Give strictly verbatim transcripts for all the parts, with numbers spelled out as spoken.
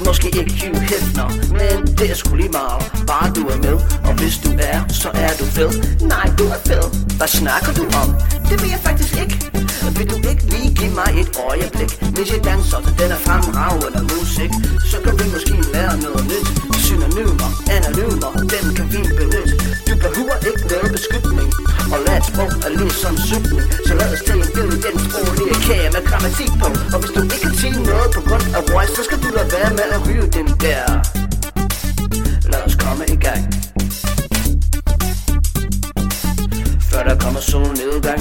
måske ikke Hugh Hefner, men det er sgu lige meget, bare du er med. Og hvis du er, så er du fed. Nej, du er fed. Hvad snakker du om? Det vil jeg faktisk ikke. Vil du ikke lige give mig et øjeblik, mens jeg danser til den er fremragende musik? Så kan vi måske lære noget nyt. Synonymer, anonymer, dem kan vi benytte. Du behøver ikke noget beskytning, og lad et sprog er ligesom sygning. Så lad os tage en billede den sproglige kage med grammatik på. Og hvis du ikke kan sige noget på grund af voice, så skal du lade være med at ryge den der. Lad os komme i gang, før der kommer solnedgang.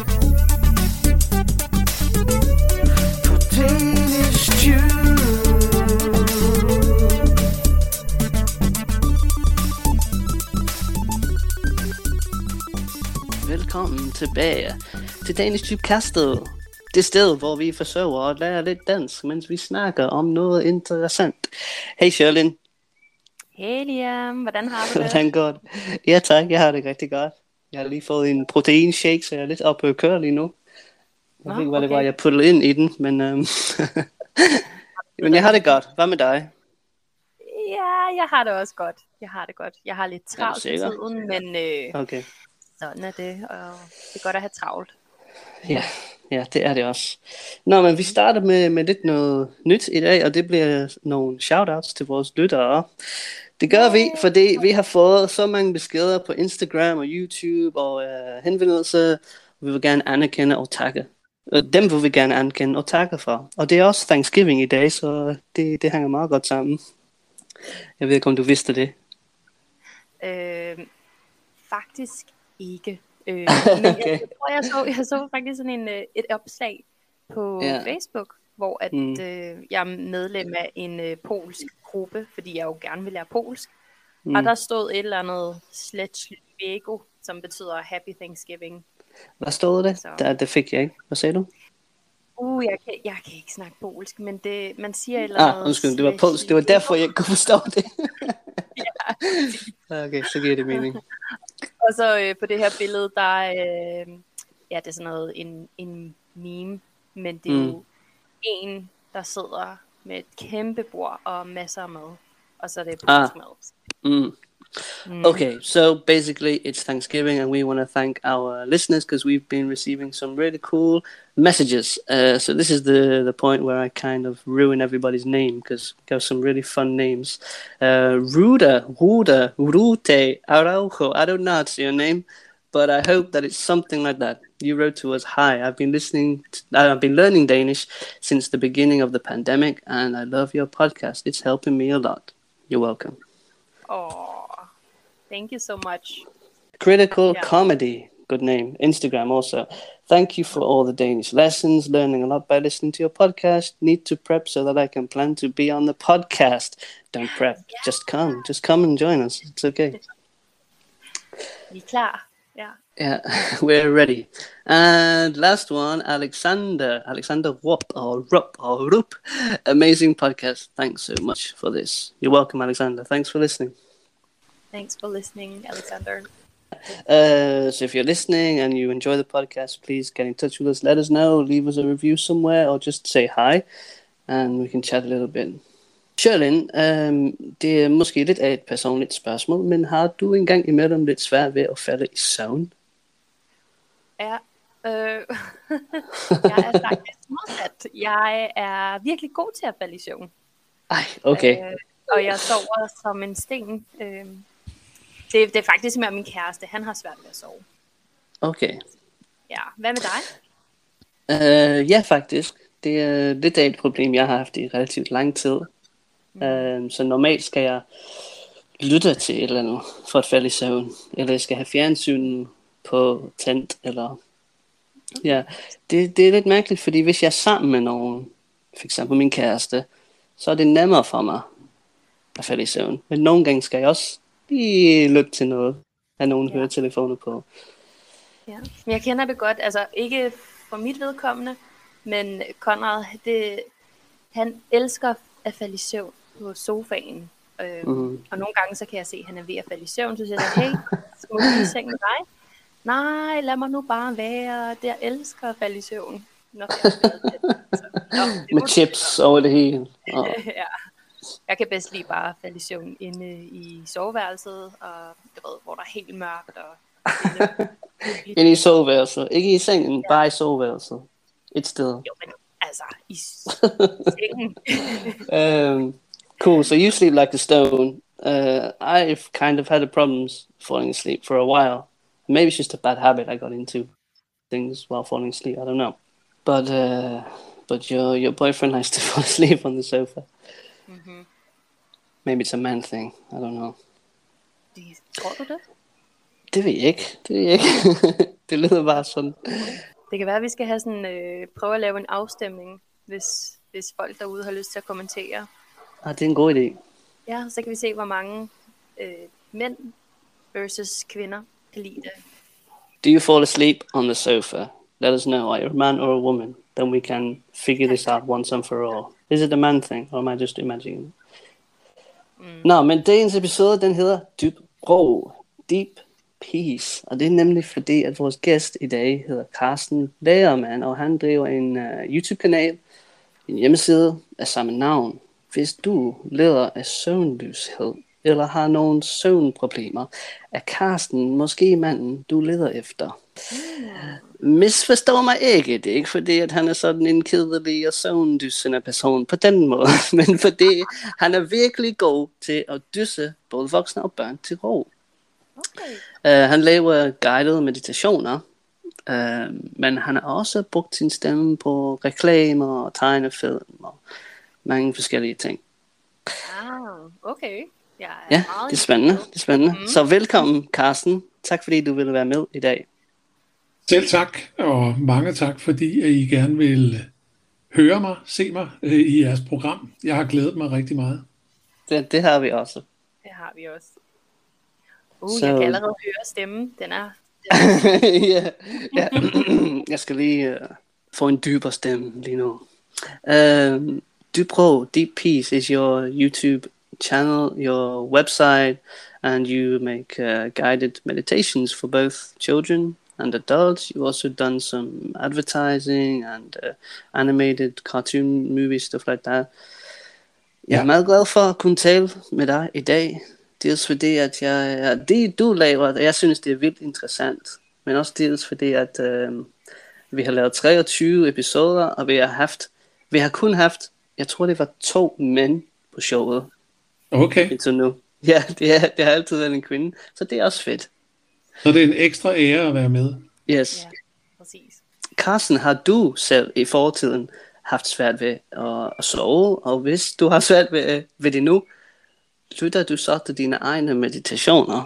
På Danish Tube. Velkommen tilbage til Danish Tube-kastet. Det sted, hvor vi forsøger at lære lidt dansk, mens vi snakker om noget interessant. Hey Sjørlin. Hey Liam, hvordan har du det? Hvordan går det? Ja tak, jeg har det rigtig godt. Jeg har lige fået en proteinshake, så jeg er lidt oppe at køre lige nu. Jeg ved ikke, hvad okay. det var, jeg puttede ind i den, men, øhm, men jeg har det godt. Hvad med dig? Ja, jeg har det også godt. Jeg har det godt. Jeg har lidt travlt i tiden, men øh, okay. sådan er det, og det er godt at have travlt. Ja, ja, det er det også. Nå, men vi starter med, med lidt noget nyt i dag, og det bliver nogle shoutouts til vores lyttere. Det gør vi, fordi vi har fået så mange beskeder på Instagram og YouTube og øh, henvendelser, og vi vil gerne anerkende og takke. Dem vil vi gerne anerkende og takke for. Og det er også Thanksgiving i dag, så det, det hænger meget godt sammen. Jeg ved ikke, om du vidste det. Øh, faktisk ikke. Øh, men okay. jeg, jeg tror, jeg så, jeg så faktisk sådan en, et opslag på yeah. Facebook, hvor at, mm. øh, jeg er medlem af en øh, polsk gruppe, fordi jeg jo gerne vil lære polsk. Mm. Og der stod et eller andet Sledźwiego, som betyder Happy Thanksgiving. Hvad stod det? Der, det fik jeg ikke. Hvad sagde du? Uh, jeg kan, jeg kan ikke snakke polsk, men det, man siger et eller andet... Ah, undskyld, det var polsk. Det var derfor, jeg ikke kunne forstå det. Ja. Okay, så giver det mening. Og så øh, på det her billede, der øh, ja, det er sådan noget, en, en meme, men det er mm. jo en, der sidder med et kæmpe bord og masser af mad, og så er det polsk mad. Mm. Mm. Okay, so basically it's Thanksgiving and we want to thank our listeners because we've been receiving some really cool messages. Uh, so this is the, the point where I kind of ruin everybody's name because we have some really fun names. Uh, Ruda, Ruda, Rute, Araujo, I don't know how to say your name, but I hope that it's something like that. You wrote to us, hi, I've been listening, to, I've been learning Danish since the beginning of the pandemic and I love your podcast. It's helping me a lot. You're welcome. Oh. Thank you so much. Critical yeah. Comedy, good name. Instagram also. Thank you for all the Danish lessons, learning a lot by listening to your podcast. Need to prep so that I can plan to be on the podcast. Don't prep, yeah. just come. Just come and join us. It's okay. Vi er klar. Yeah. Yeah, we're ready. And last one, Alexander. Alexander Rupp or Rupp or Rupp. Amazing podcast. Thanks so much for this. You're welcome, Alexander. Thanks for listening. Thanks for listening, Alexander. Uh, so if you're listening and you enjoy the podcast, please get in touch with us. Let us know. Leave us a review somewhere or just say hi and we can chat a little bit. Sjørlin, um, det er måske lidt af et personligt spørgsmål, men har du engang imellem lidt svært ved at falde i søvn? Ja, øh, jeg er faktisk modsat. Jeg er virkelig god til at falde i søvn. Ej, okay. Øh, og jeg sover som en sten. Øh, Det, det er faktisk med min kæreste. Han har svært ved at sove. Okay. Ja, hvad med dig? Uh, ja, faktisk. Det er lidt af et problem, jeg har haft i relativt lang tid. Mm. Uh, så normalt skal jeg lytte til et eller andet for at falde i søvn. Eller jeg skal have fjernsynet på tændt. Eller... Okay. Ja, det, det er lidt mærkeligt, fordi hvis jeg er sammen med nogen, for eksempel min kæreste, så er det nemmere for mig at falde i søvn. Men nogle gange skal jeg også lige lytte til noget, at nogen ja. hører telefoner på. Ja, jeg kender det godt, altså ikke for mit vedkommende, men Conrad, det, han elsker at falde i søvn på sofaen. Øh, mm. Og nogle gange så kan jeg se, at han er ved at falde i søvn, så siger jeg, hey, skal du lige i seng med dig? Nej, lad mig nu bare være, det jeg elsker at falde i søvn. Nå, jeg så, nå, med chips over det hele. Oh. Ja. jeg kan bedst lige bare falde i søvn inde i soveværelset, og jeg ved, hvor der er helt mørkt. Og inde i soveværelset, ikke i sengen, ja. Bare i soveværelset. Et sted. Jo, men altså, i sengen. um, cool, so you sleep like a stone. Uh, I've kind of had a problems falling asleep for a while. Maybe it's just a bad habit I got into. Things while falling asleep, I don't know. But uh, but your your boyfriend likes to fall asleep on the sofa. Mm-hmm. Maybe it's a man thing, I don't know. Tror du det? Det ved jeg ikke, det ved jeg ikke. Det lyder bare sådan. Det kan være, at vi skal have sådan, øh, prøve at lave en afstemning, hvis, hvis folk derude har lyst til at kommentere. Ah, det er en god idé. Ja, så kan vi se, hvor mange øh, mænd versus kvinder kan lide det. Do you fall asleep on the sofa? Let us know, are you a man or a woman? Then we can figure this out once and for all. Is it a man thing, or am I just imagining? Mm. Nå, men dagens episode, den hedder Dyb Ro, Deep Peace. Og det er nemlig fordi, at vores gæst i dag hedder Carsten Lagermann, og han driver en uh, YouTube-kanal, en hjemmeside af samme navn. Hvis du lider af søvnløshed, eller har nogle søvnproblemer, er Carsten måske manden, du leder efter. Mm. Misforstår mig ikke, det er ikke fordi, at han er sådan en kedelig og søvndyssende person på den måde, men fordi han er virkelig god til at dysse både voksne og børn til ro. Okay. Uh, han laver guidede meditationer, uh, men han har også brugt sin stemme på reklamer og tegnefilm og mange forskellige ting. Ah, okay. Ja, ja det er spændende. Det er spændende. Mm. Så velkommen, Carsten. Tak fordi du ville være med i dag. Selv tak, og mange tak, fordi at I gerne vil høre mig, se mig øh, i jeres program. Jeg har glædet mig rigtig meget. Det, det har vi også. Det har vi også. Uh, så... Jeg kan allerede høre stemmen. Den er... Den er... ja, ja. Jeg skal lige uh, få en dybere stemme lige nu. Uh, Dyb Ro, Deep Peace is your YouTube channel, your website, and you make uh, guided meditations for both children and adults. You've also done some advertising and uh, animated cartoon movies, stuff like that. Jeg er meget glad for at kunne tale med dig i dag. Dels fordi, at jeg, ja, det du laver, jeg synes, det er vildt interessant. Men også dels fordi, at øh, vi har lavet treogtyve episoder, og vi har haft, vi har kun haft, jeg tror det var to mænd på showet. Okay. Indtil nu. Ja, det, er, det har altid været en kvinde, så det er også fedt. Så det er en ekstra ære at være med. Yes. Ja, præcis. Carsten, har du selv i fortiden haft svært ved at, at sove, og hvis du har svært ved, ved det nu, lytter du så til dine egne meditationer?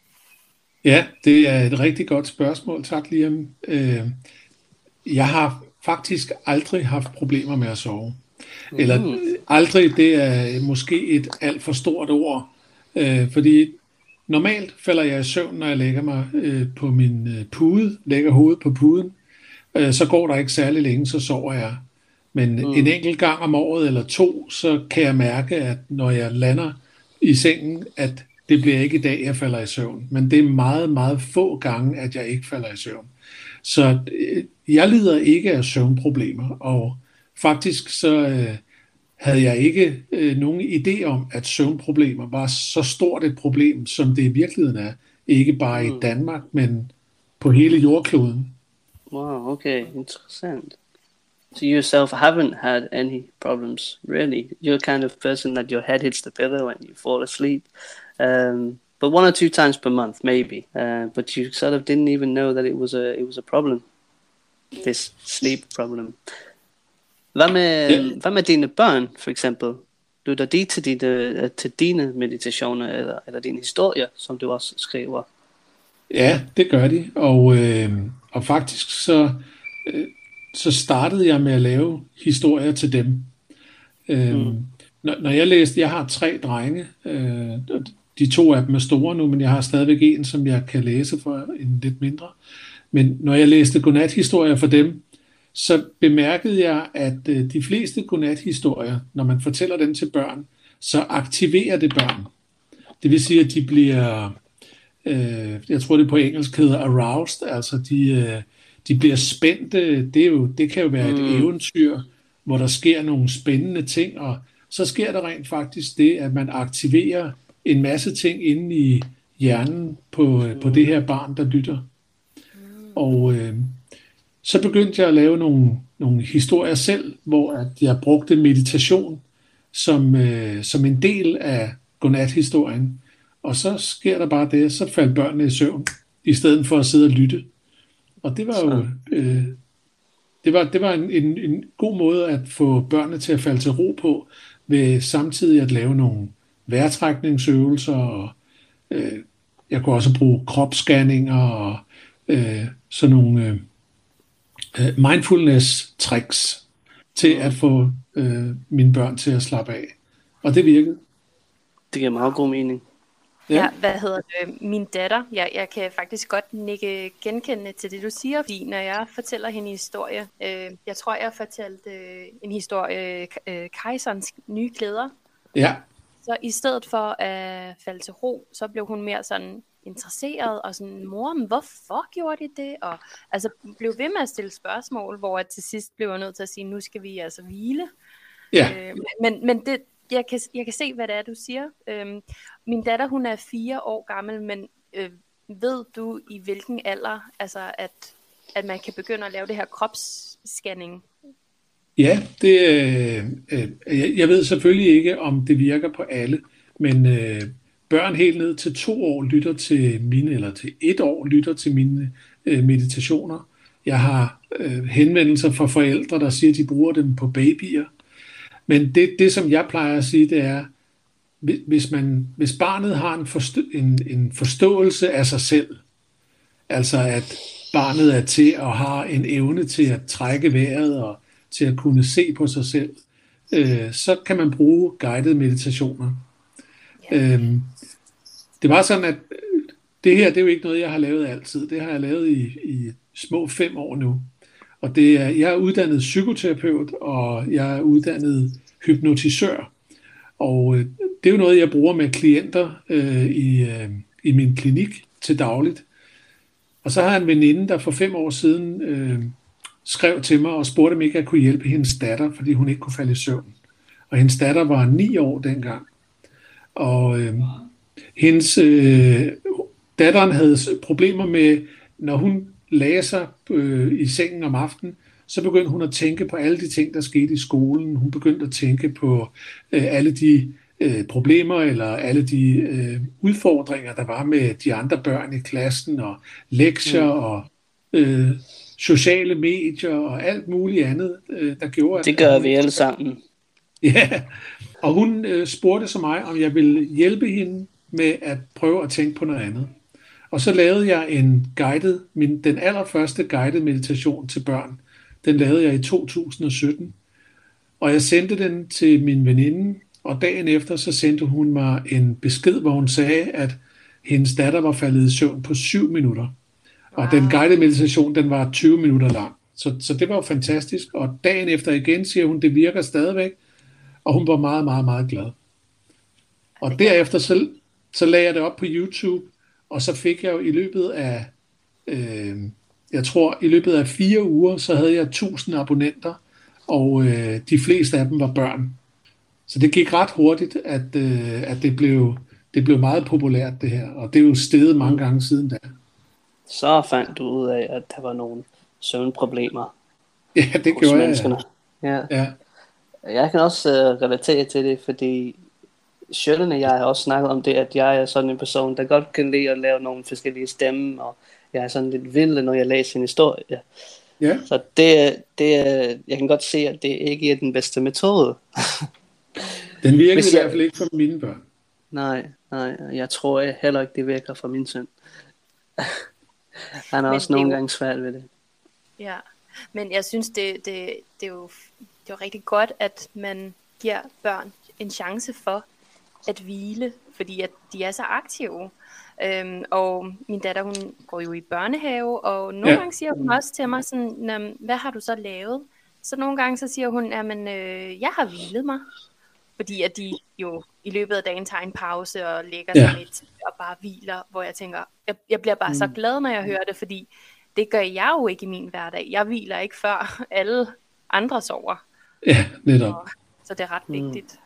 Ja, det er et rigtig godt spørgsmål. Tak, Liam. Øh, jeg har faktisk aldrig haft problemer med at sove. Mm. Eller aldrig, det er måske et alt for stort ord. Øh, fordi normalt falder jeg i søvn, når jeg lægger mig øh, på min øh, pude, lægger hovedet på puden. Øh, så går der ikke særlig længe, så sover jeg. Men mm. en enkelt gang om året eller to, så kan jeg mærke, at når jeg lander i sengen, at det bliver ikke i dag, jeg falder i søvn. Men det er meget, meget få gange, at jeg ikke falder i søvn. Så øh, jeg lider ikke af søvnproblemer, og faktisk så øh, havde jeg ikke øh, nogen idé om, at søvnproblemer var så stort et problem, som det i virkeligheden er. Ikke bare mm. i Danmark, men på hele jordkloden. Wow, okay, interessant. So you yourself haven't had any problems, really. You're the kind of person that your head hits the pillow and you fall asleep. Um, but one or two times per month, maybe. Uh, but you sort of didn't even know that it was a it was a problem. This sleep problem. Hvad med, yeah. hvad med dine børn, for eksempel? Lytter de til dine, til dine meditationer eller, eller dine historier, som du også skriver? Ja, det gør de. Og, øh, og faktisk så... Øh, så startede jeg med at lave historier til dem. Øhm, mm. når, når jeg læste, jeg har tre drenge, øh, de to af dem er store nu, men jeg har stadigvæk en, som jeg kan læse for en lidt mindre. Men når jeg læste godnathistorier for dem, så bemærkede jeg, at øh, de fleste godnathistorier, når man fortæller dem til børn, så aktiverer det børn. Det vil sige, at de bliver, øh, jeg tror det på engelsk hedder aroused, altså de... Øh, De bliver spændte. Det, er jo, det kan jo være et mm. eventyr, hvor der sker nogle spændende ting, og så sker der rent faktisk det, at man aktiverer en masse ting inde i hjernen på, på det her barn, der lytter. Og øh, så begyndte jeg at lave nogle, nogle historier selv, hvor at jeg brugte meditation som, øh, som en del af godnat-historien. Og så sker der bare det, så faldt børnene i søvn, i stedet for at sidde og lytte. Og det var jo øh, det var, det var en, en, en god måde at få børnene til at falde til ro på, ved samtidig at lave nogle vejrtrækningsøvelser, og øh, jeg kunne også bruge kropsscanninger og øh, sådan nogle øh, mindfulness-tricks til at få øh, mine børn til at slappe af. Og det virkede. Det giver meget god mening. Ja, ja hvad hedder det? Min datter, jeg, jeg kan faktisk godt nikke genkendende til det, du siger, fordi når jeg fortæller hende en historie, øh, jeg tror, jeg fortalte øh, en historie, øh, Kejserens nye klæder. Ja. Så i stedet for at falde til ro, så blev hun mere sådan interesseret og sådan, mor, men hvorfor gjorde de det? Og altså blev ved med at stille spørgsmål, hvor til sidst blev jeg nødt til at sige, nu skal vi altså hvile. Ja. Øh, men, men det, jeg, kan, jeg kan se, hvad det er, du siger. Øh, min datter, hun er fire år gammel, men øh, ved du i hvilken alder, altså at, at man kan begynde at lave det her kropsscanning? Ja, det, øh, øh, jeg ved selvfølgelig ikke, om det virker på alle, men øh, børn helt ned til to år lytter til mine, eller til et år lytter til mine øh, meditationer. Jeg har øh, henvendelser fra forældre, der siger, at de bruger dem på babyer. Men det, det som jeg plejer at sige, det er, hvis, man, hvis barnet har en, forstå, en, en forståelse af sig selv, altså at barnet er til og har en evne til at trække vejret og til at kunne se på sig selv, øh, så kan man bruge guidede meditationer. Ja. Øhm, det var sådan, at det her, det er jo ikke noget, jeg har lavet altid. Det har jeg lavet i, i små fem år nu. Og det er, jeg er uddannet psykoterapeut, og jeg er uddannet hypnotisør. Og øh, det er jo noget, jeg bruger med klienter øh, i, øh, i min klinik til dagligt. Og så har jeg en veninde, der for fem år siden øh, skrev til mig og spurgte, om ikke jeg kunne hjælpe hendes datter, fordi hun ikke kunne falde i søvn. Og hendes datter var ni år dengang. Og øh, hendes øh, datteren havde problemer med, når hun lagde sig øh, i sengen om aftenen, så begyndte hun at tænke på alle de ting, der skete i skolen. Hun begyndte at tænke på øh, alle de øh, problemer eller alle de øh, udfordringer, der var med de andre børn i klassen, og lektier mm. og øh, sociale medier og alt muligt andet, øh, der gjorde... Det gør at, vi alle sammen. Ja, og hun øh, spurgte så mig, om jeg ville hjælpe hende med at prøve at tænke på noget andet. Og så lavede jeg en guided, min, den allerførste guided meditation til børn. Den lavede jeg i to tusind og sytten. Og jeg sendte den til min veninde, og dagen efter så sendte hun mig en besked, hvor hun sagde, at hendes datter var faldet i søvn på syv minutter. Og wow. Den guided meditation, den var tyve minutter lang. Så, så det var jo fantastisk. Og dagen efter igen siger hun, det virker stadigvæk. Og hun var meget, meget, meget glad. Og derefter så, så lagde jeg det op på YouTube, og så fik jeg jo i løbet af, øh, jeg tror i løbet af fire uger, så havde jeg tusind abonnenter, og øh, de fleste af dem var børn. Så det gik ret hurtigt, at, øh, at det, blev, det blev meget populært det her, og det er jo steget mange gange siden da. Så fandt du ud af, at der var nogle søvnproblemer. Ja, det gjorde jeg. Ja. Ja. Jeg kan også uh, relatere til det, fordi Sjølen og jeg har også snakket om det, at jeg er sådan en person, der godt kan lide at lave nogle forskellige stemmer, og jeg er sådan lidt vild, når jeg læser en historie. Ja. Så det, det, jeg kan godt se, at det ikke er den bedste metode. Den virker jeg, i hvert fald ikke for mine børn. Nej, nej, jeg tror heller ikke, det virker for min søn. Han er men også nogle jo... gange svært ved det. Ja, men jeg synes, det, det, det, er jo, det er jo rigtig godt, at man giver børn en chance for at hvile, fordi at de er så aktive. Øhm, og min datter, hun går jo i børnehave, og nogle ja. gange siger hun også til mig sådan, hvad har du så lavet? Så nogle gange så siger hun, jamen øh, jeg har hvilet mig, fordi at de jo i løbet af dagen tager en pause og lægger sig ja. lidt og bare hviler, hvor jeg tænker, jeg, jeg bliver bare mm. så glad, når jeg hører det, fordi det gør jeg jo ikke i min hverdag. Jeg hviler ikke før alle andre sover. Ja, netop. Og, så det er ret vigtigt.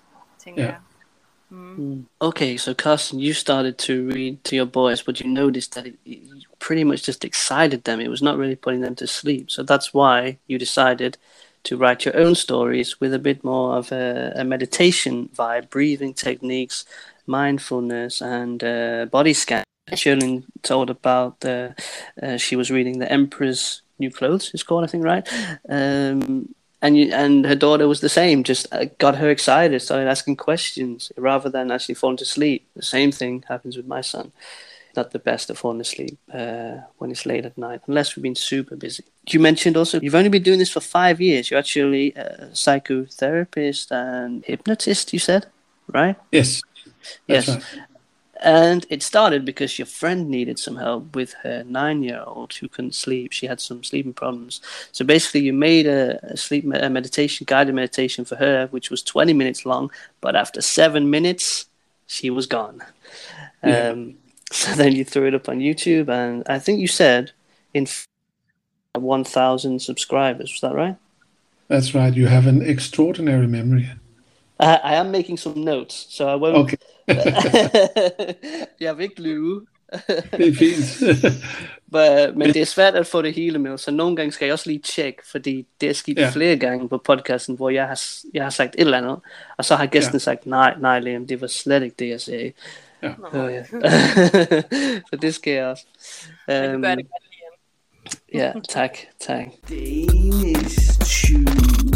tænker Ja. jeg. Mm. Okay, so Carsten, you started to read to your boys, but you noticed that it, it pretty much just excited them. It was not really putting them to sleep. So that's why you decided to write your own stories with a bit more of a, a meditation vibe, breathing techniques, mindfulness, and uh, body scan. Shirley told about the, uh, she was reading The Emperor's New Clothes, it's called, I think, right? Um, and you, and her daughter was the same, just uh, got her excited, started asking questions rather than actually falling to sleep. The same thing happens with my son. Not the best at falling asleep uh, when it's late at night, unless we've been super busy. You mentioned also you've only been doing this for five years. You're actually a psychotherapist and hypnotist, you said, right? Yes. That's Yes. right. And it started because your friend needed some help with her nine-year-old who couldn't sleep. She had some sleeping problems. So basically you made a, a sleep a meditation, guided meditation for her, which was twenty minutes long. But after seven minutes, she was gone. Yeah. Um, so then you threw it up on YouTube. And I think you said in one thousand subscribers. Was that right? That's right. You have an extraordinary memory. I, I am making some notes, so I won't... Okay. Jeg vil ikke lyve. Det er fint. But, men det er svært at få det hele med, så nogle gange skal jeg også lige tjekke, fordi det er sket Ja. flere gange på podcasten, hvor jeg har, jeg har sagt et eller andet, og så har gæsten Ja. sagt, nej, nej Liam, det var slet ikke det, jeg sagde. Ja. Oh, ja. Så det skal jeg også. Men du Um, gør det godt, Liam. ja, tak, tak. Danish Tube.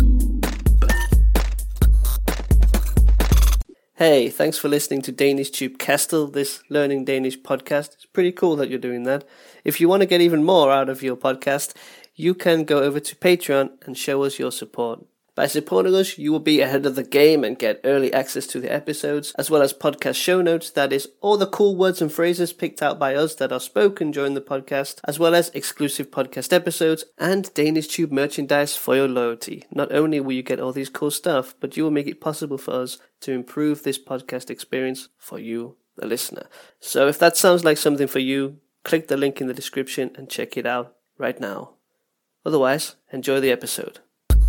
Hey, thanks for listening to Danish Tube Castle, this Learning Danish podcast. It's pretty cool that you're doing that. If you want to get even more out of your podcast, you can go over to Patreon and show us your support. By supporting us, you will be ahead of the game and get early access to the episodes, as well as podcast show notes, that is, all the cool words and phrases picked out by us that are spoken during the podcast, as well as exclusive podcast episodes and Danish Tube merchandise for your loyalty. Not only will you get all these cool stuff, but you will make it possible for us to improve this podcast experience for you, the listener. So if that sounds like something for you, click the link in the description and check it out right now. Otherwise, enjoy the episode.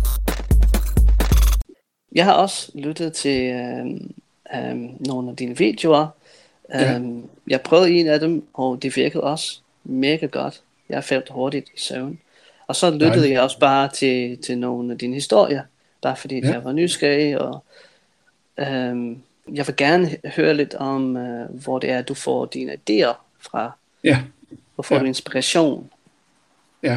Jeg har også lyttet til øhm, øhm, nogle af dine videoer. Ja. Øhm, jeg prøvede en af dem, og det virkede også mega godt. Jeg faldt hurtigt i søvn. Og så lyttede Dejligt. jeg også bare til, til nogle af dine historier, bare fordi Ja. jeg var nysgerrig. Og, øhm, jeg vil gerne høre lidt om, øh, hvor det er, du får dine idéer fra. Ja. Hvor får Ja. du inspiration Ja.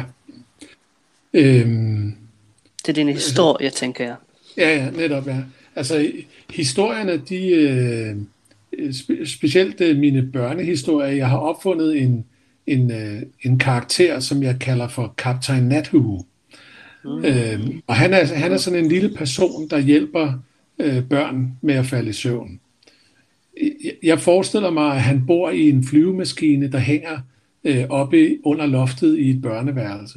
Øhm, til dine historier, tænker jeg. ja, ja, netop, ja. Altså, historierne, de, øh, spe, specielt øh, mine børnehistorier, jeg har opfundet en, en, øh, en karakter, som jeg kalder for Kaptajn Nathue. Mm. Øhm, og han er, han er sådan en lille person, der hjælper øh, børn med at falde i søvn. Jeg, jeg forestiller mig, at han bor i en flyvemaskine, der hænger øh, oppe under loftet i et børneværelse.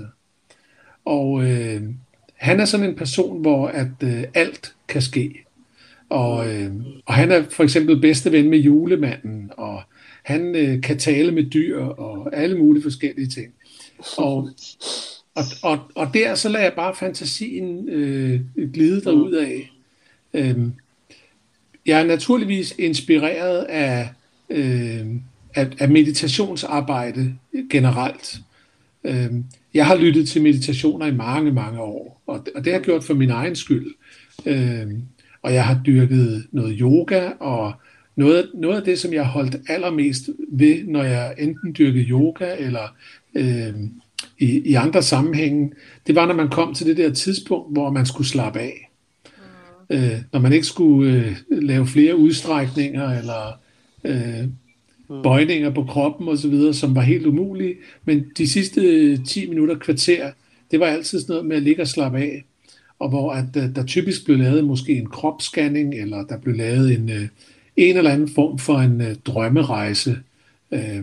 Og øh, han er sådan en person, hvor at øh, alt kan ske. Og, øh, og han er for eksempel bedste ven med julemanden, og han øh, kan tale med dyr og alle mulige forskellige ting. Og, og, og, og der så lader jeg bare fantasien øh, glide derudad. Øh, jeg er naturligvis inspireret af, øh, af, af meditationsarbejde generelt. Øh, jeg har lyttet til meditationer i mange, mange år, og det, og det har jeg gjort for min egen skyld. Øh, og jeg har dyrket noget yoga, og noget, noget af det, som jeg har holdt allermest ved, når jeg enten dyrkede yoga eller øh, i, i andre sammenhænge, det var, når man kom til det der tidspunkt, hvor man skulle slappe af. Mm. Øh, når man ikke skulle øh, lave flere udstrækninger eller øh, mm. bøjninger på kroppen osv., som var helt umulige. Men de sidste ti minutter, kvarter, det var altid sådan noget med at ligge og slappe af. Og hvor at, der, der typisk blev lavet måske en kropsscanning, eller der blev lavet en, øh, en eller anden form for en øh, drømmerejse. Øh,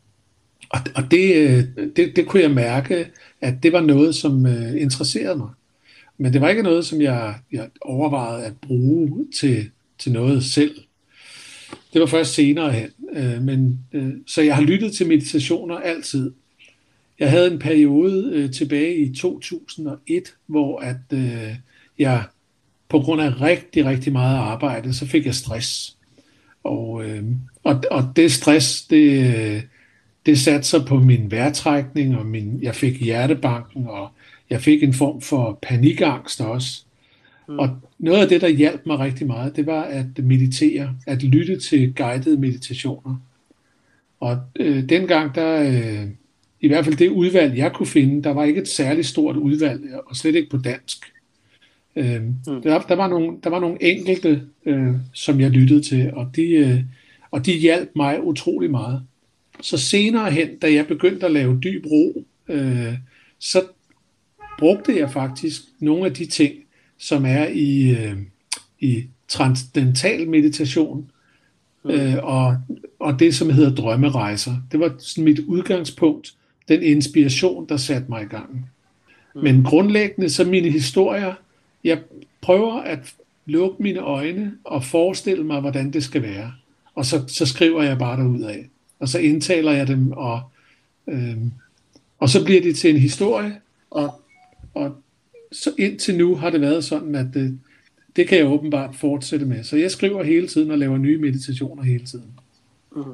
og og det, øh, det, det kunne jeg mærke, at det var noget, som øh, interesserede mig. Men det var ikke noget, som jeg, jeg overvejede at bruge til, til noget selv. Det var først senere hen. Øh, men, øh, så jeg har lyttet til meditationer altid. Jeg havde en periode øh, tilbage i to tusind og et, hvor at, øh, jeg på grund af rigtig, rigtig meget arbejde, så fik jeg stress. Og, øh, og, og det stress, det, det satte sig på min vejrtrækning, og min, jeg fik hjertebanken, og jeg fik en form for panikangst også. Mm. Og noget af det, der hjalp mig rigtig meget, det var at meditere, at lytte til guidede meditationer. Og øh, dengang, der, øh, i hvert fald det udvalg, jeg kunne finde, der var ikke et særligt stort udvalg, og slet ikke på dansk. Øh, mm. der, der, var nogle, der var nogle enkelte, øh, som jeg lyttede til, og de, øh, og de hjalp mig utrolig meget. Så senere hen, da jeg begyndte at lave dyb ro, øh, så brugte jeg faktisk nogle af de ting, som er i, øh, i transcendental meditation, øh, og, og det, som hedder drømmerejser. Det var sådan mit udgangspunkt, den inspiration, der satte mig i gang. Men grundlæggende, så mine historier, jeg prøver at lukke mine øjne og forestille mig, hvordan det skal være. Og så, så skriver jeg bare derudad. Og så indtaler jeg dem, og, øh, og så bliver det til en historie, og, og så indtil nu har det været sådan, at det, det kan jeg åbenbart fortsætte med. Så jeg skriver hele tiden og laver nye meditationer hele tiden. Mm.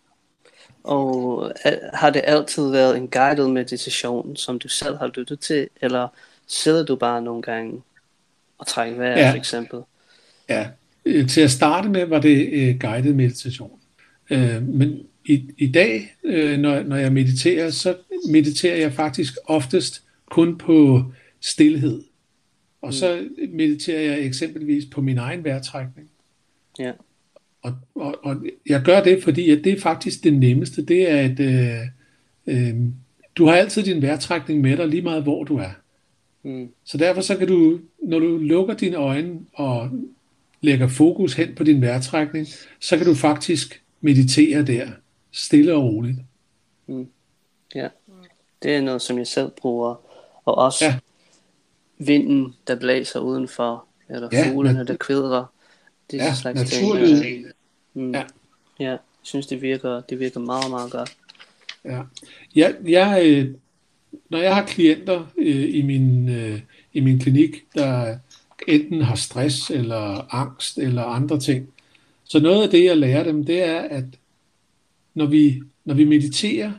Og har det altid været en guided meditation, som du selv har lyttet til, eller sidder du bare nogle gange og trækker vejret, ja. For eksempel? Ja, til at starte med var det uh, guided meditation. Uh, men i, i dag, uh, når, når jeg mediterer, så mediterer jeg faktisk oftest kun på stilhed. Og mm. så mediterer jeg eksempelvis på min egen vejrtrækning. Ja. Og, og, og jeg gør det, fordi at det er faktisk det nemmeste. Det er, at øh, øh, du har altid din vejrtrækning med dig, lige meget hvor du er. Mm. Så derfor så kan du, når du lukker dine øjne og lægger fokus hen på din vejrtrækning, så kan du faktisk meditere der, stille og roligt. Mm. Ja, det er noget, som jeg selv bruger. Og også ja. Vinden, der blæser udenfor, eller ja, fuglene, der kvidrer. Det er ja, slags naturligt. ting. Mm. Ja. Ja, jeg synes, det virker, det virker meget, meget godt. Ja. Jeg, jeg, øh, når jeg har klienter øh, i, min, øh, i min klinik, der enten har stress, eller angst, eller andre ting, så noget af det, jeg lærer dem, det er, at når vi, når vi mediterer,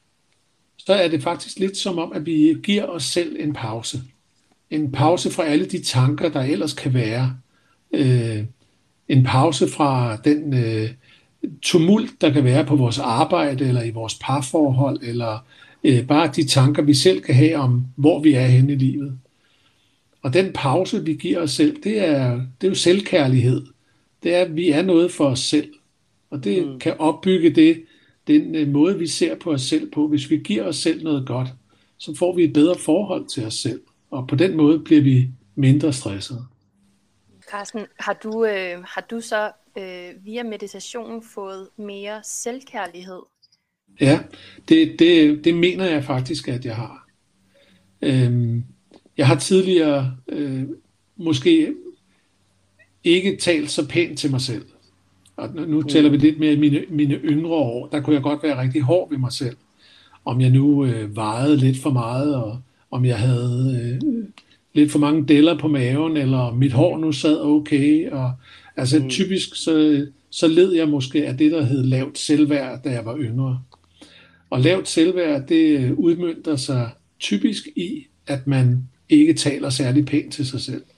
så er det faktisk lidt som om, at vi giver os selv en pause. En pause fra alle de tanker, der ellers kan være. Øh, en pause fra den øh, tumult, der kan være på vores arbejde, eller i vores parforhold, eller øh, bare de tanker, vi selv kan have om, hvor vi er henne i livet. Og den pause, vi giver os selv, det er, det er jo selvkærlighed. Det er, at vi er noget for os selv. Og det mm. kan opbygge det, den øh, måde, vi ser på os selv på. Hvis vi giver os selv noget godt, så får vi et bedre forhold til os selv. Og på den måde bliver vi mindre stressede. Carsten, har du, øh, har du så øh, via meditationen fået mere selvkærlighed? Ja, det, det, det mener jeg faktisk, at jeg har. Øhm, jeg har tidligere øh, måske ikke talt så pænt til mig selv. Og nu, nu taler vi lidt mere i mine, mine yngre år. Der kunne jeg godt være rigtig hård ved mig selv. Om jeg nu øh, vejede lidt for meget, og om jeg havde øh, lidt for mange deller på maven, eller mit hår nu sad okay. Og, altså mm. typisk så, så led jeg måske af det, der hed lavt selvværd, da jeg var yngre. Og lavt selvværd, det udmønter sig typisk i, at man ikke taler særlig pænt til sig selv.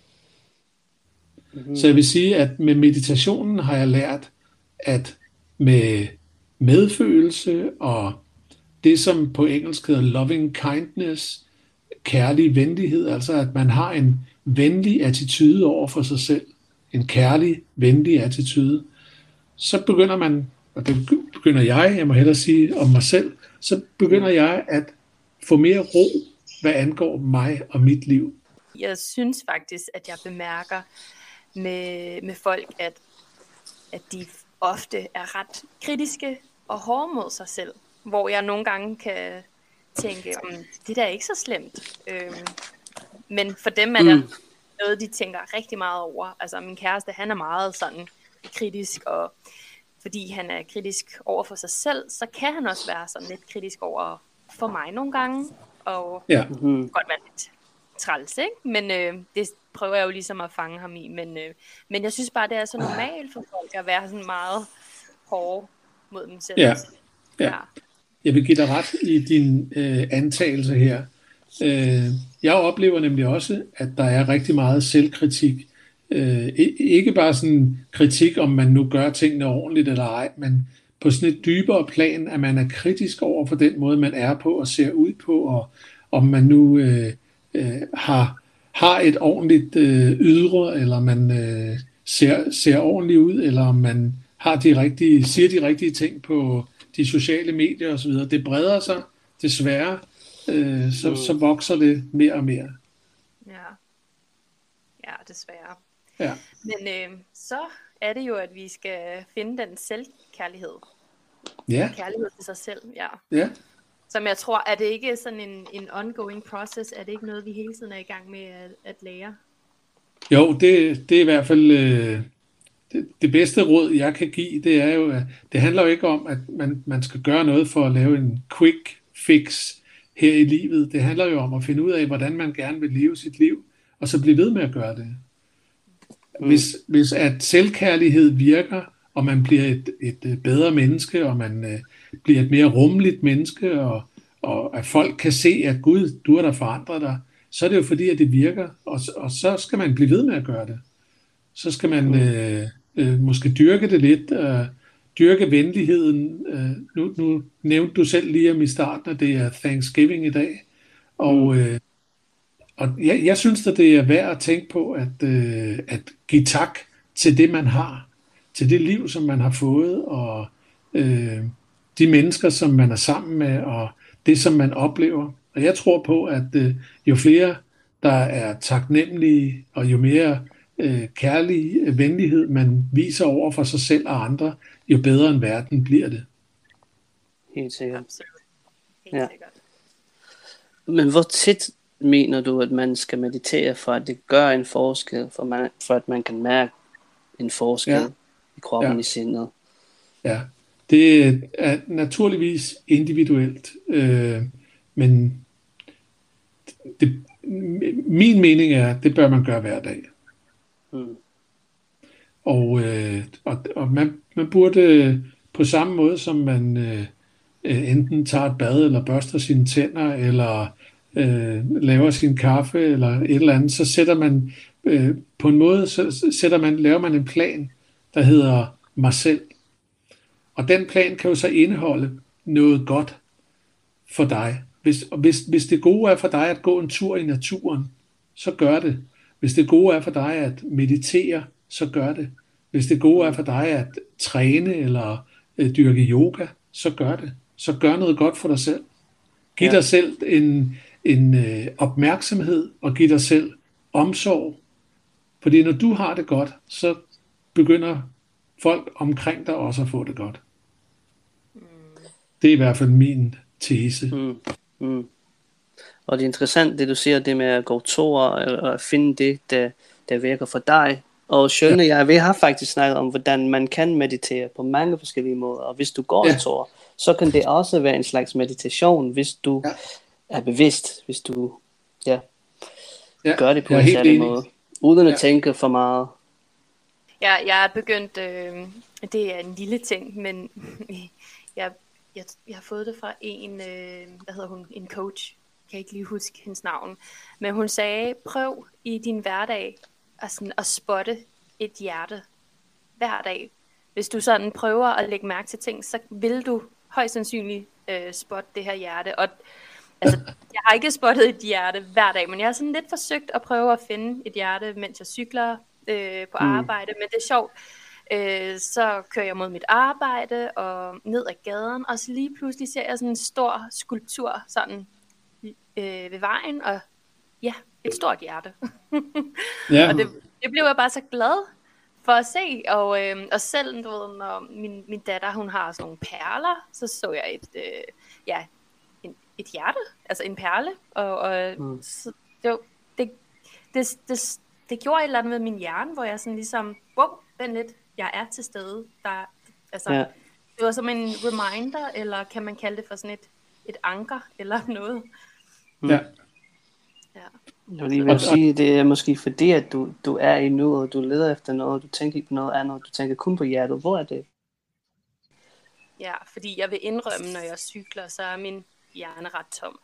Mm. Så jeg vil sige, at med meditationen har jeg lært, at med medfølelse og det, som på engelsk hedder loving kindness, kærlig venlighed, altså at man har en venlig attitude over for sig selv, en kærlig, venlig attitude, så begynder man, og det begynder jeg, jeg må hellere sige om mig selv, så begynder jeg at få mere ro, hvad angår mig og mit liv. Jeg synes faktisk, at jeg bemærker med, med folk, at, at de ofte er ret kritiske og hårde mod sig selv, hvor jeg nogle gange kan tænke, om det der er ikke så slemt. Øhm, men for dem er der mm. noget, de tænker rigtig meget over. Altså min kæreste, han er meget sådan kritisk, og fordi han er kritisk over for sig selv, så kan han også være sådan lidt kritisk over for mig nogle gange, og ja. mm. godt være lidt træls, ikke? Men øh, det prøver jeg jo ligesom at fange ham i, men, øh, men jeg synes bare, det er så normalt for folk at være sådan meget hårde mod dem selv. Ja, ja. Jeg vil give dig ret i din øh, antagelse her. Øh, jeg oplever nemlig også, at der er rigtig meget selvkritik. Øh, ikke bare sådan kritik, om man nu gør tingene ordentligt eller ej, men på sådan et dybere plan, at man er kritisk over for den måde, man er på og ser ud på, og om man nu øh, øh, har, har et ordentligt øh, ydre, eller man øh, ser, ser ordentligt ud, eller om man har de rigtige, siger de rigtige ting på de sociale medier osv. Det breder sig desværre, øh, så, så vokser det mere og mere. Ja, ja desværre. Ja. Men øh, så er det jo, at vi skal finde den selvkærlighed. Ja. Kærlighed til sig selv, ja. Ja. Som jeg tror, er det ikke sådan en, en ongoing process? Er det ikke noget, vi hele tiden er i gang med at, at lære? Jo, det, det er i hvert fald øh, det, det bedste råd, jeg kan give, det er jo, at det handler jo ikke om, at man, man skal gøre noget for at lave en quick fix her i livet. Det handler jo om at finde ud af, hvordan man gerne vil leve sit liv, og så blive ved med at gøre det. Hvis, mm. hvis at selvkærlighed virker, og man bliver et, et bedre menneske, og man øh, bliver et mere rummeligt menneske, og, og at folk kan se, at Gud, du har da forandret dig, så er det jo fordi, at det virker, og, og så skal man blive ved med at gøre det. Så skal man øh, øh, måske dyrke det lidt, øh, dyrke venligheden. Øh, nu, nu nævnte du selv lige om i starten, at det er Thanksgiving i dag, og, øh, og jeg, jeg synes, at det er værd at tænke på, at, øh, at give tak til det, man har, til det liv, som man har fået, og øh, de mennesker, som man er sammen med, og det, som man oplever. Og jeg tror på, at øh, jo flere, der er taknemmelige, og jo mere øh, kærlig venlighed, man viser over for sig selv og andre, jo bedre en verden bliver det. Helt sikkert. Absolut. Helt Ja. sikkert. Men hvor tit mener du, at man skal meditere, for at det gør en forskel, for, man, for at man kan mærke en forskel Ja. i kroppen, Ja. i sindet? Ja, det er naturligvis individuelt, øh, men det, min mening er, at det bør man gøre hver dag. Mm. Og, øh, og, og man, man burde på samme måde, som man øh, enten tager et bad, eller børster sine tænder, eller øh, laver sin kaffe, eller et eller andet, så sætter man øh, på en måde, så sætter man, laver man en plan, der hedder mig selv. Og den plan kan jo så indeholde noget godt for dig. Hvis, og hvis, hvis det gode er for dig at gå en tur i naturen, så gør det. Hvis det gode er for dig at meditere, så gør det. Hvis det gode er for dig at træne eller øh, dyrke yoga, så gør det. Så gør noget godt for dig selv. Giv Ja. dig selv en, en øh, opmærksomhed, og giv dig selv omsorg. Fordi når du har det godt, så begynder folk omkring dig også at få det godt. Det er i hvert fald min tese. Mm. Mm. Og det er interessant, det du siger, det med at gå ture, eller at finde det, der, der virker for dig. Og Sjønne, ja. jeg, vi har faktisk snakket om, hvordan man kan meditere på mange forskellige måder. Og hvis du går Ja. en tur, så kan det også være en slags meditation, hvis du Ja. er bevidst, hvis du ja, Ja, gør det på jeg er en helt særlig enig. måde, uden at Ja. tænke for meget. Ja, jeg er begyndt, øh, det er en lille ting, men jeg, jeg, jeg har fået det fra en, øh, hvad hedder hun, en coach, jeg kan ikke lige huske hendes navn, men hun sagde, prøv i din hverdag at, sådan, at spotte et hjerte hver dag. Hvis du sådan prøver at lægge mærke til ting, så vil du højst sandsynligt øh, spotte det her hjerte. Og altså, jeg har ikke spottet et hjerte hver dag, men jeg har sådan lidt forsøgt at prøve at finde et hjerte, mens jeg cykler øh, på arbejde, men det er sjovt. Øh, så kører jeg mod mit arbejde og ned ad gaden, og så lige pludselig ser jeg sådan en stor skulptur sådan øh, ved vejen, og ja, et stort hjerte. Ja. Og det, det blev jeg bare så glad for at se, og, øh, og selv du ved, når min, min datter, hun har sådan nogle perler, så så jeg et, øh, ja, en, et hjerte, altså en perle, og, og Mm. så, det, var- det, det, det, det gjorde et eller andet med min hjerne, hvor jeg sådan ligesom, wow, vent lidt, jeg er til stede. Der, altså, Ja. det var som en reminder, eller kan man kalde det for sådan et, et anker, eller noget. Ja. Ja. Jeg vil lige vil sige, det er måske fordi, at du, du er i nuet, og du leder efter noget, du tænker ikke på noget andet, du tænker kun på hjertet. Hvor er det? Ja, fordi jeg vil indrømme, når jeg cykler, så er min hjerne ret tom.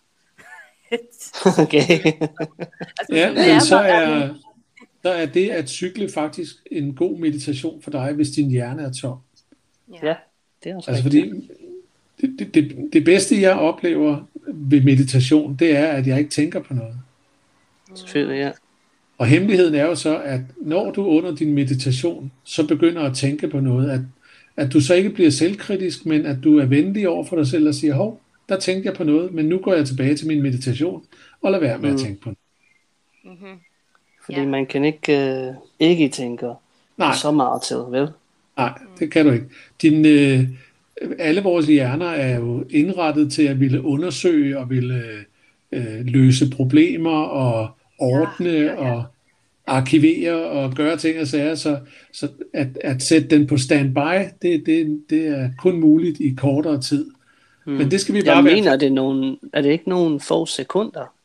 Okay. altså, ja, men så er, så er det at cykle faktisk en god meditation for dig, hvis din hjerne er tom. Ja, det er også altså, fordi det, det, det, det bedste, jeg oplever ved meditation, det er, at jeg ikke tænker på noget. Selvfølgelig, ja. Og hemmeligheden er jo så, at når du under din meditation, så begynder at tænke på noget, at, at du så ikke bliver selvkritisk, men at du er venlig over for dig selv og siger, hov, der tænkte jeg på noget, men nu går jeg tilbage til min meditation, og lad være med mm. at tænke på noget. Mm-hmm. Fordi ja. man kan ikke uh, ikke tænke så meget til, vel? Nej, det kan du ikke. Din, øh, alle vores hjerner er jo indrettet til at ville undersøge og ville øh, løse problemer og ordne ja, ja, ja. og arkivere og gøre ting og sager, så, så at, at sætte den på standby, det, det, det er kun muligt i kortere tid. Hmm. Men det skal vi bare Jeg være... mener, er det, nogen, er det ikke nogen få sekunder?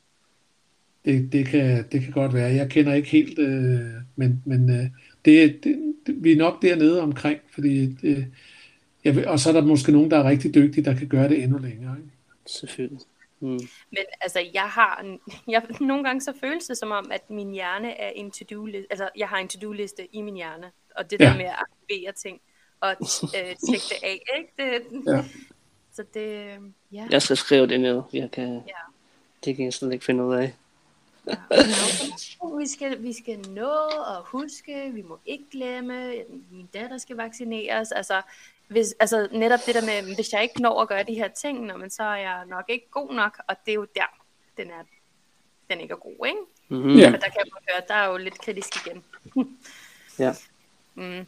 Det, det, kan, det kan godt være. Jeg kender ikke helt, øh, men, men øh, det, det, det, vi er nok dernede omkring, fordi det, jeg ved, og så er der måske nogen, der er rigtig dygtige, der kan gøre det endnu længere. Ikke? Selvfølgelig. Mm. Men altså, jeg har jeg, nogle gange så føles det som om, at min hjerne er en to-do-liste, altså jeg har en to-do-liste i min hjerne, og det ja. der med at aktivere ting og øh, tjekke det af, ikke? Det, ja. Så det, ja. Jeg skal skrive det ned, jeg kan, ja. det kan jeg slet ikke finde ud af. Ja. vi, skal, vi skal nå at huske, vi må ikke glemme, min datter skal vaccineres, altså Hvis, altså netop det der med, hvis jeg ikke når at gøre de her ting, når, men så er jeg nok ikke god nok, og det er jo der, den er, den ikke er god, ikke? Mm-hmm. Yeah. Men der kan man høre, der er jo lidt kritisk igen. Ja. Mm.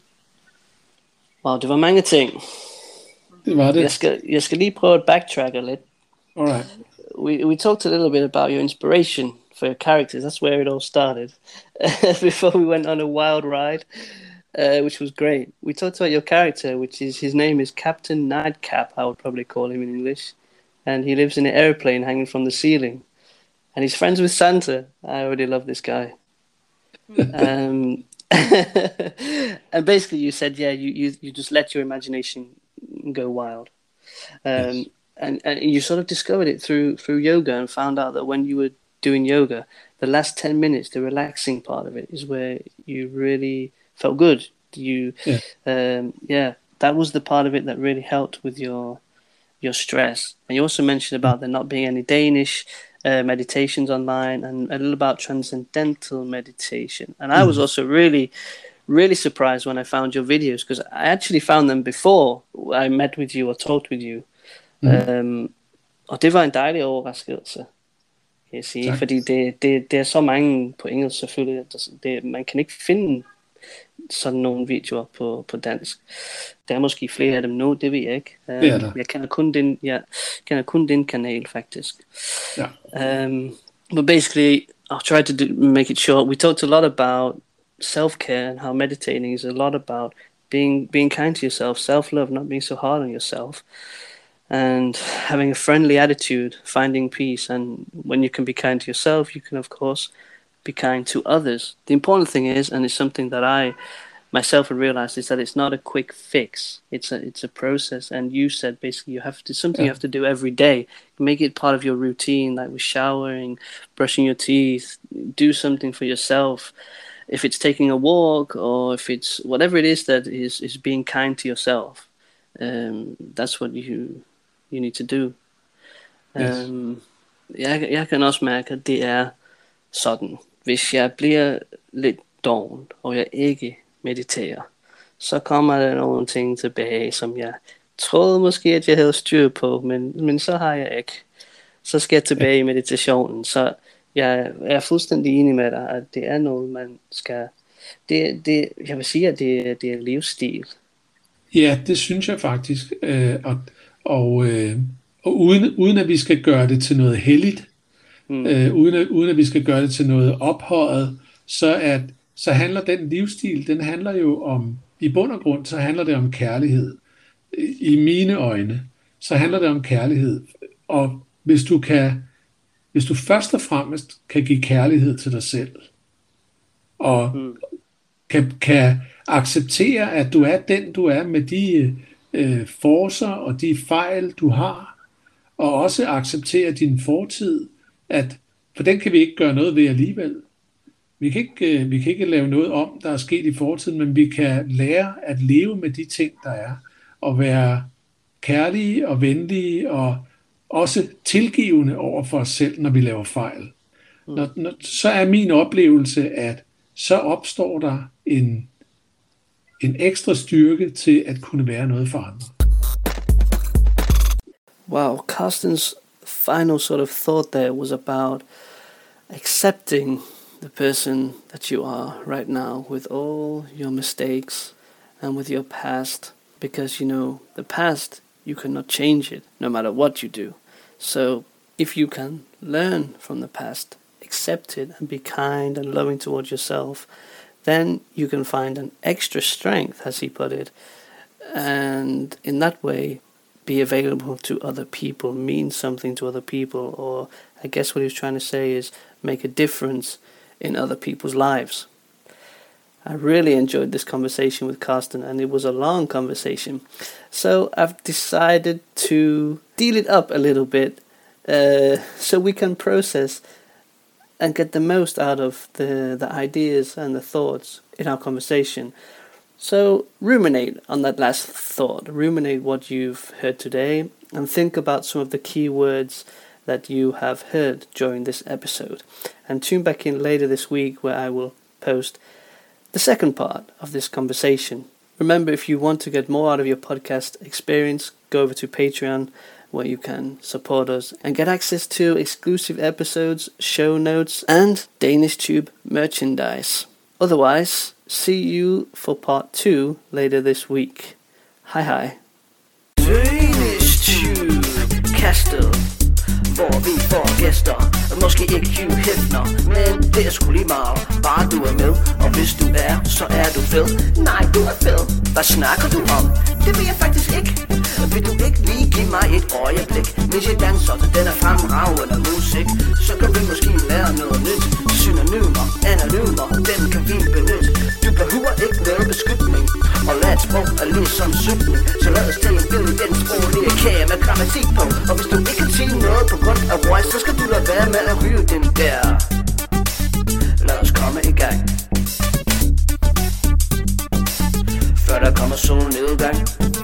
Wow, det var mange ting. Det var det. Jeg skal, jeg skal lige prøve at backtracke lidt. Alright. We, we talked a little bit about your inspiration for your characters. That's where it all started. Before we went on a wild ride. Uh, which was great. We talked about your character, which is, his name is Captain Nightcap, I would probably call him in English. And he lives in an airplane hanging from the ceiling. And he's friends with Santa. I already love this guy. um, and basically you said, yeah, you, you, you just let your imagination go wild. Um, yes. and, and you sort of discovered it through, through yoga and found out that when you were doing yoga, the last ten minutes, the relaxing part of it is where you really... felt good. You, yeah. Um, yeah, that was the part of it that really helped with your your stress. And you also mentioned about there not being any Danish uh, meditations online, and a little about transcendental meditation. And I was also really, really surprised when I found your videos, because I actually found them before I met with you or talked with you. Mm. Um, og det var en dejlig overraskelse, kan jeg sige, tak. Fordi det, det, det er så mange på engelsk selvfølgelig, det, man kan ikke finde sådan nogle videoer på, på dansk. Der er måske flere af dem nu, det ved jeg ikke. Um, det er der. Jeg kender kun din, jeg kender kun din kanal faktisk. Ja. Um, but basically, I'll try to do, make it short. We talked a lot about self-care and how meditating is a lot about being being kind to yourself, self-love, not being so hard on yourself, and having a friendly attitude, finding peace. And when you can be kind to yourself, you can of course be kind to others. The important thing is, and it's something that I myself have realized, is that it's not a quick fix. It's a it's a process. And you said basically you have to something yeah. you have to do every day. Make it part of your routine, like with showering, brushing your teeth. Do something for yourself. If it's taking a walk, or if it's whatever it is that is is being kind to yourself. Um, that's what you you need to do. Yes. Um, jeg jeg kan også mærke, at det er sådan. Hvis jeg bliver lidt doven, og jeg ikke mediterer, så kommer der nogle ting tilbage, som jeg troede måske, at jeg havde styr på, men, men så har jeg ikke. Så skal jeg tilbage i meditationen. Så jeg er fuldstændig enig med dig, at det er noget, man skal... Det, det, jeg vil sige, at det, det er livsstil. Ja, det synes jeg faktisk. Øh, og og, øh, og uden, uden at vi skal gøre det til noget helligt, Mm. Øh, uden, at, uden at vi skal gøre det til noget ophøjet, så, at, så handler den livsstil, den handler jo om, i bund og grund, så handler det om kærlighed. I mine øjne, så handler det om kærlighed. Og hvis du kan hvis du først og fremmest kan give kærlighed til dig selv, og mm. kan, kan acceptere, at du er den, du er, med de øh, forcer og de fejl, du har, og også acceptere din fortid, at for den kan vi ikke gøre noget ved alligevel. Vi kan ikke, øh, vi kan ikke lave noget om, der er sket i fortiden, men vi kan lære at leve med de ting, der er, og være kærlige og venlige, og også tilgivende over for os selv, når vi laver fejl. Mm. Når, når, så er min oplevelse, at så opstår der en, en ekstra styrke til at kunne være noget for andre. Wow, Carsten's final sort of thought there was about accepting the person that you are right now with all your mistakes and with your past, because you know the past, you cannot change it no matter what you do. So if you can learn from the past, accept it and be kind and loving towards yourself, then you can find an extra strength, as he put it, and in that way be available to other people, mean something to other people, or I guess what he was trying to say is make a difference in other people's lives. I really enjoyed this conversation with Carsten, and it was a long conversation. So I've decided to deal it up a little bit uh, so we can process and get the most out of the, the ideas and the thoughts in our conversation. So ruminate on that last thought, ruminate what you've heard today, and think about some of the key words that you have heard during this episode. And tune back in later this week where I will post the second part of this conversation. Remember, if you want to get more out of your podcast experience, go over to Patreon, where you can support us and get access to exclusive episodes, show notes, and Danish Tube merchandise. Otherwise, see you for part two later this week. Hej hej. Danish Tube kastet, hvor vi får gæster. Måske ikke Hugh Hefner, men det er sgu lige meget. Bare du er med, og hvis du er, så er du fed. Nej, du er fed. Hvad snakker du om? Det ved jeg faktisk ikke. Vil du ikke lige give mig et øjeblik, mens jeg danser til den er fremragende musik? Så kan vi måske lære noget nyt. Synonymer, anonymer, den kan vi benytte. Du behøver ikke noget beskytning, og lad et sprog er ligesom sygning. Så lad os tage en bid i den sproglige kage med grammatik på. Og hvis du ikke kan sige noget på grund af voice, så skal du lade være med at ryge den der. Lad os komme i gang, før der kommer solnedgang.